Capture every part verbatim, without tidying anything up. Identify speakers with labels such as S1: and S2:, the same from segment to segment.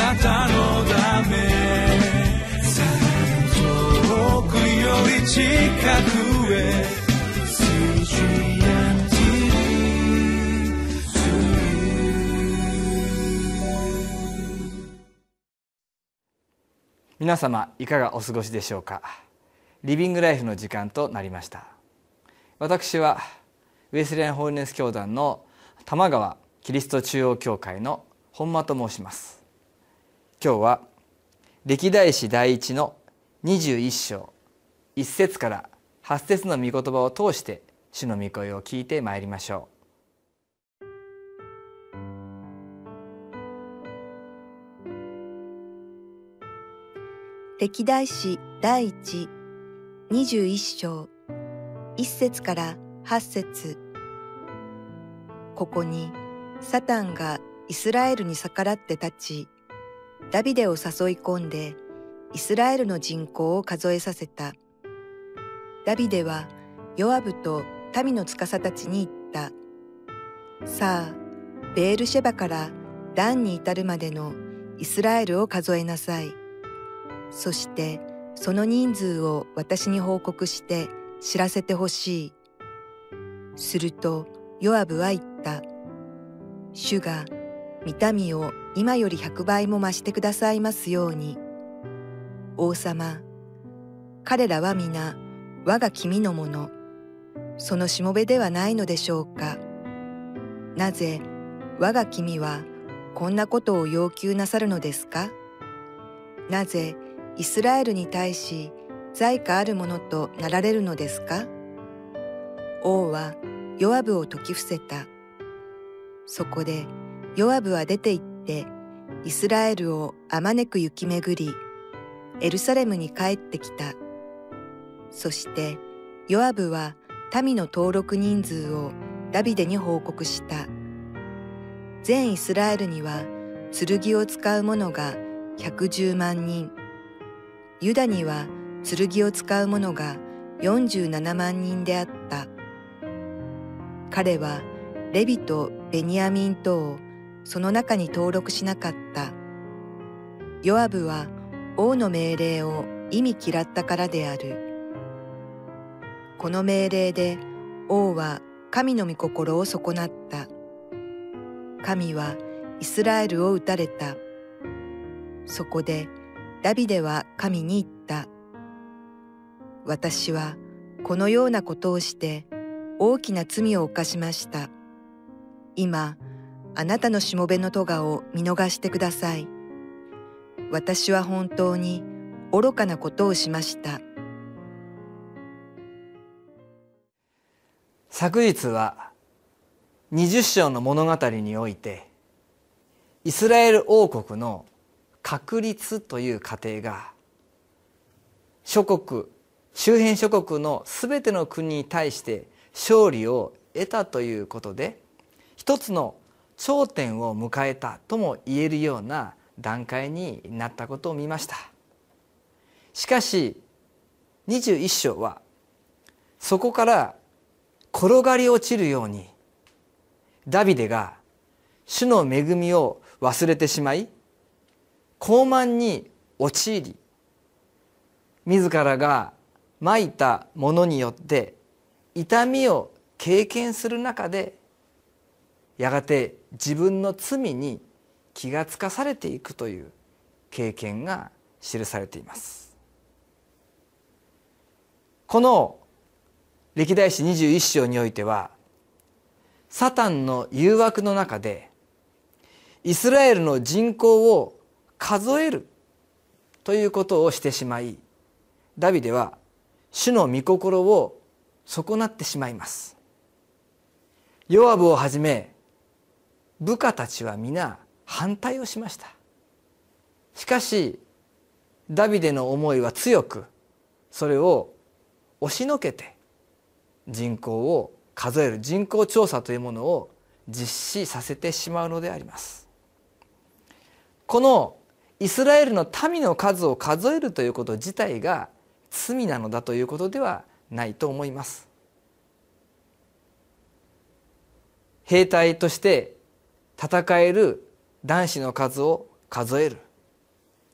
S1: なたのため遠くより近くへ
S2: 皆様いかがお過ごしでしょうか。リビングライフの時間となりました。私はウェスレンホールネス教団の多摩川キリスト中央教会の本間と申します。今日は歴代史第一のにじゅういっ章いっ節からはち節の御言葉を通して主の御声を聞いてまいりましょう。
S3: 歴代史第一にじゅういっ章いっ節からはち節。ここにサタンがイスラエルに逆らって立ち、ダビデを誘い込んでイスラエルの人口を数えさせた。ダビデはヨアブと民の司たちに言った。さあ、ベールシェバからダンに至るまでのイスラエルを数えなさい。そしてその人数を私に報告して知らせてほしい。するとヨアブは言った。主が御民を今より百倍も増してくださいますように。王様、彼らは皆我が君のもの、そのしもべではないのでしょうか。なぜ我が君はこんなことを要求なさるのですか。なぜイスラエルに対し罪過あるものとなられるのですか。王はヨアブを説き伏せた。そこでヨアブは出て行ってイスラエルをあまねく行き巡り、エルサレムに帰ってきた。そしてヨアブは民の登録人数をダビデに報告した。全イスラエルには剣を使う者がひゃくじゅうまんにん、ユダには剣を使う者がよんじゅうななまんにんであった。彼はレビとベニヤミンとをその中に登録しなかった。ヨアブは王の命令を忌み嫌ったからである。この命令で王は神の御心を損なった。神はイスラエルを討たれた。そこでダビデは神に言った。私はこのようなことをして大きな罪を犯しました。今、あなたのしもべの咎を見逃してください。私は本当に愚かなことをしました。
S2: 昨日はにじゅっ章の物語においてイスラエル王国の確立という過程が諸国周辺諸国のすべての国に対して勝利を得たということで一つの頂点を迎えたとも言えるような段階になったことを見ました。しかしにじゅういっ章はそこから転がり落ちるようにダビデが主の恵みを忘れてしまい傲慢に陥り、自らがまいたものによって痛みを経験する中でやがて自分の罪に気がつかされていくという経験が記されています。この歴代史にじゅういっ章においてはサタンの誘惑の中でイスラエルの人口を数えるということをしてしまい、ダビデは主の御心を損なってしまいます。ヨアブをはじめ部下たちは皆反対をしました。しかしダビデの思いは強く、それを押しのけて人口を数える人口調査というものを実施させてしまうのであります。このイスラエルの民の数を数えるということ自体が罪なのだということではないと思います。兵隊として戦える男子の数を数える、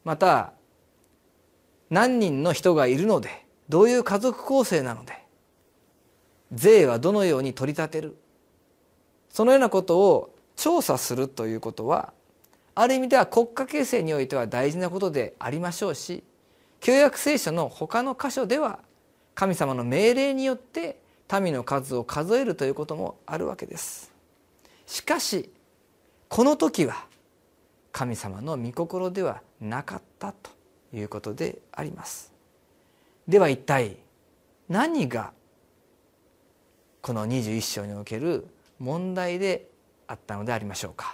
S2: また何人の人がいるので、どういう家族構成なので、税はどのように取り立てる、そのようなことを調査するということは、ある意味では国家形成においては大事なことでありましょうし、旧約聖書の他の箇所では神様の命令によって民の数を数えるということもあるわけです。しかしこの時は神様の御心ではなかったということであります。では一体何がこのにじゅういっ章における問題であったのでありましょうか。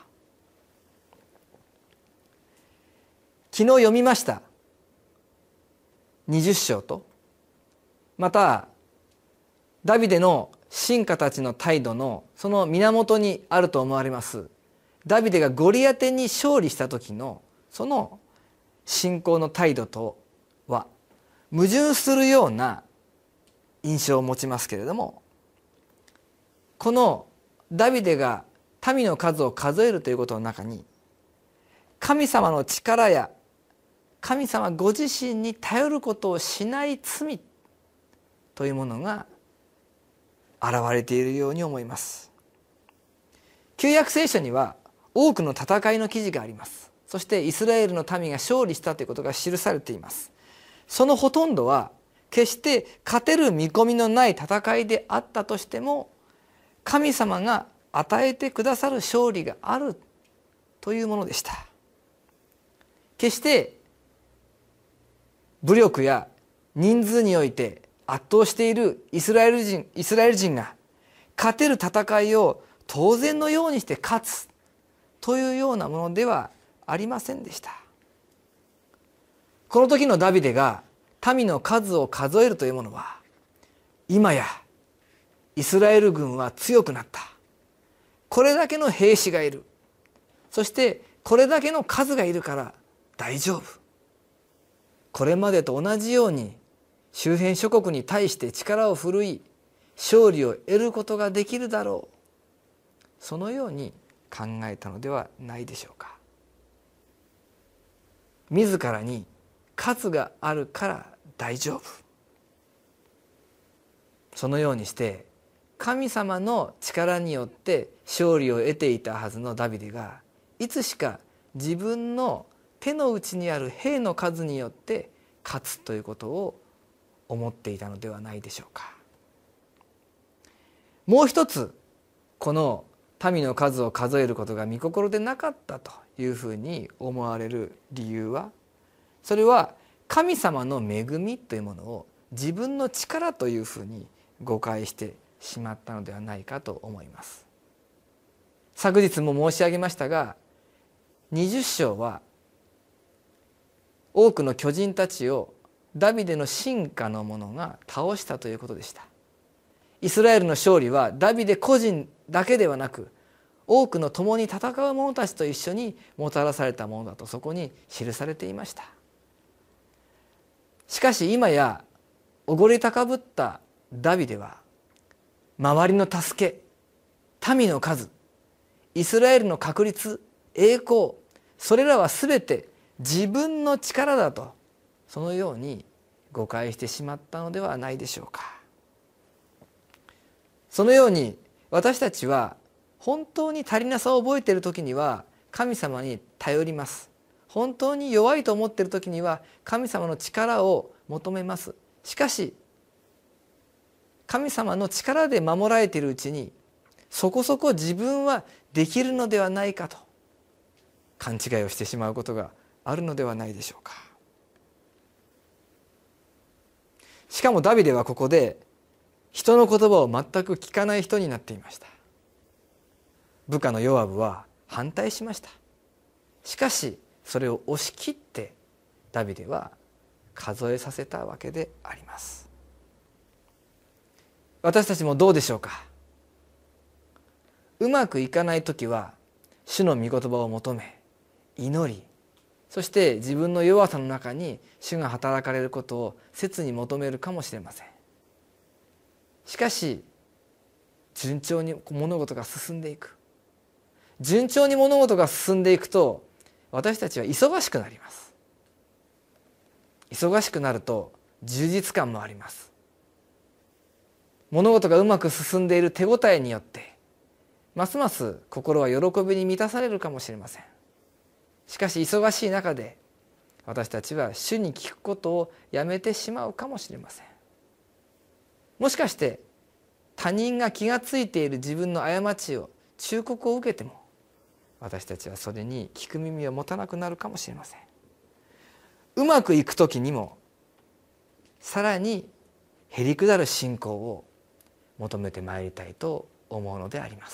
S2: 昨日読みましたにじゅっ章と、またダビデの臣下たちの態度のその源にあると思われますダビデがゴリアテに勝利した時のその信仰の態度とは矛盾するような印象を持ちますけれども、このダビデが民の数を数えるということの中に、神様の力や神様ご自身に頼ることをしない罪というものが現れているように思います。旧約聖書には多くの戦いの記事があります。そしてイスラエルの民が勝利したということが記されています。そのほとんどは決して勝てる見込みのない戦いであったとしても、神様が与えてくださる勝利があるというものでした。決して武力や人数において圧倒しているイスラエル人、イスラエル人が勝てる戦いを当然のようにして勝つというようなものではありませんでした。この時のダビデが民の数を数えるというものは、今やイスラエル軍は強くなった、これだけの兵士がいる、そしてこれだけの数がいるから大丈夫、これまでと同じように周辺諸国に対して力を振るい勝利を得ることができるだろう、そのように考えたのではないでしょうか。自らに数があるから大丈夫、そのようにして神様の力によって勝利を得ていたはずのダビデが、いつしか自分の手の内にある兵の数によって勝つということを思っていたのではないでしょうか。もう一つ、この民の数を数えることが御心でなかったというふうに思われる理由は、それは神様の恵みというものを自分の力というふうに誤解してしまったのではないかと思います。昨日も申し上げましたが、にじゅっ章は多くの巨人たちをダビデの臣下の者が倒したということでした。イスラエルの勝利はダビデ個人だけではなく、多くの共に戦う者たちと一緒にもたらされたものだとそこに記されていました。しかし今やおごり高ぶったダビデは、周りの助け、民の数、イスラエルの確率、栄光、それらはすべて自分の力だと、そのように誤解してしまったのではないでしょうか。そのように私たちは本当に足りなさを覚えている時には神様に頼ります。本当に弱いと思っている時には神様の力を求めます。しかし神様の力で守られているうちに、そこそこ自分はできるのではないかと勘違いをしてしまうことがあるのではないでしょうか。しかもダビデはここで人の言葉を全く聞かない人になっていました。部下のヨアブは反対しました。しかしそれを押し切ってダビデは数えさせたわけであります。私たちもどうでしょうか。うまくいかないときは主の御言葉を求め、祈り、そして自分の弱さの中に主が働かれることを切に求めるかもしれません。しかし順調に物事が進んでいく、順調に物事が進んでいくと私たちは忙しくなります。 忙しくなると充実感もあります。物事がうまく進んでいる手応えによってますます心は喜びに満たされるかもしれません。しかし忙しい中で私たちは主に聞くことをやめてしまうかもしれません。もしかして他人が気がついている自分の過ちを忠告を受けても私たちはそれに聞く耳を持たなくなるかもしれません。うまくいく時にもさらにへりくだる信仰を求めてまいりたいと思うのであります。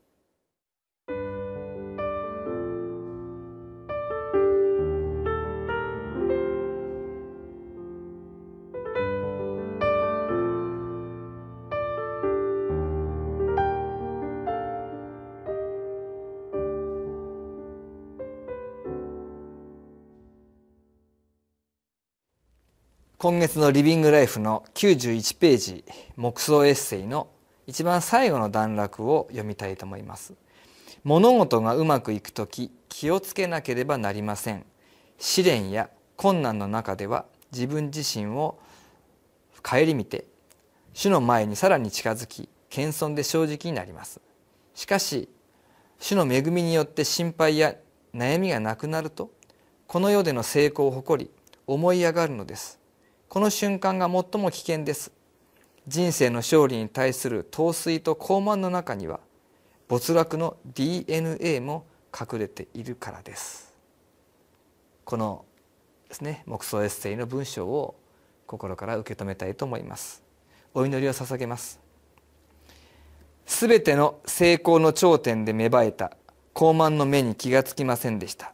S2: 今月のリビングライフのきゅうじゅういちページ黙想エッセイの一番最後の段落を読みたいと思います。物事がうまくいくとき気をつけなければなりません。試練や困難の中では自分自身を顧みて主の前にさらに近づき謙遜で正直になります。しかし主の恵みによって心配や悩みがなくなるとこの世での成功を誇り思い上がるのです。この瞬間が最も危険です。人生の勝利に対する陶酔と傲慢の中には没落の ディーエヌエー も隠れているからです。このですね、黙想エッセイの文章を心から受け止めたいと思います。お祈りを捧げます。すべての成功の頂点で芽生えた傲慢の目に気がつきませんでした。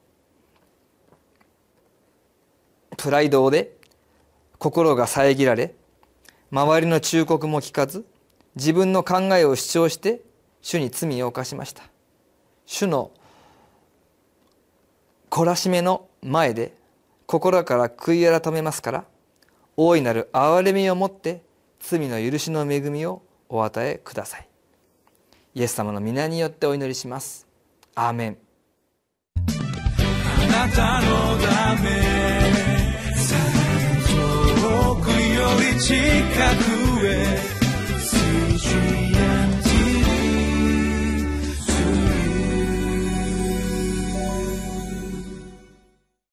S2: プライドで心が遮られ、周りの忠告も聞かず、自分の考えを主張して主に罪を犯しました。主の懲らしめの前で心から悔い改めますから、大いなる憐れみをもって罪の許しの恵みをお与えください。イエス様の皆によってお祈りします。アーメン。
S1: あなたのため遠くより近くへ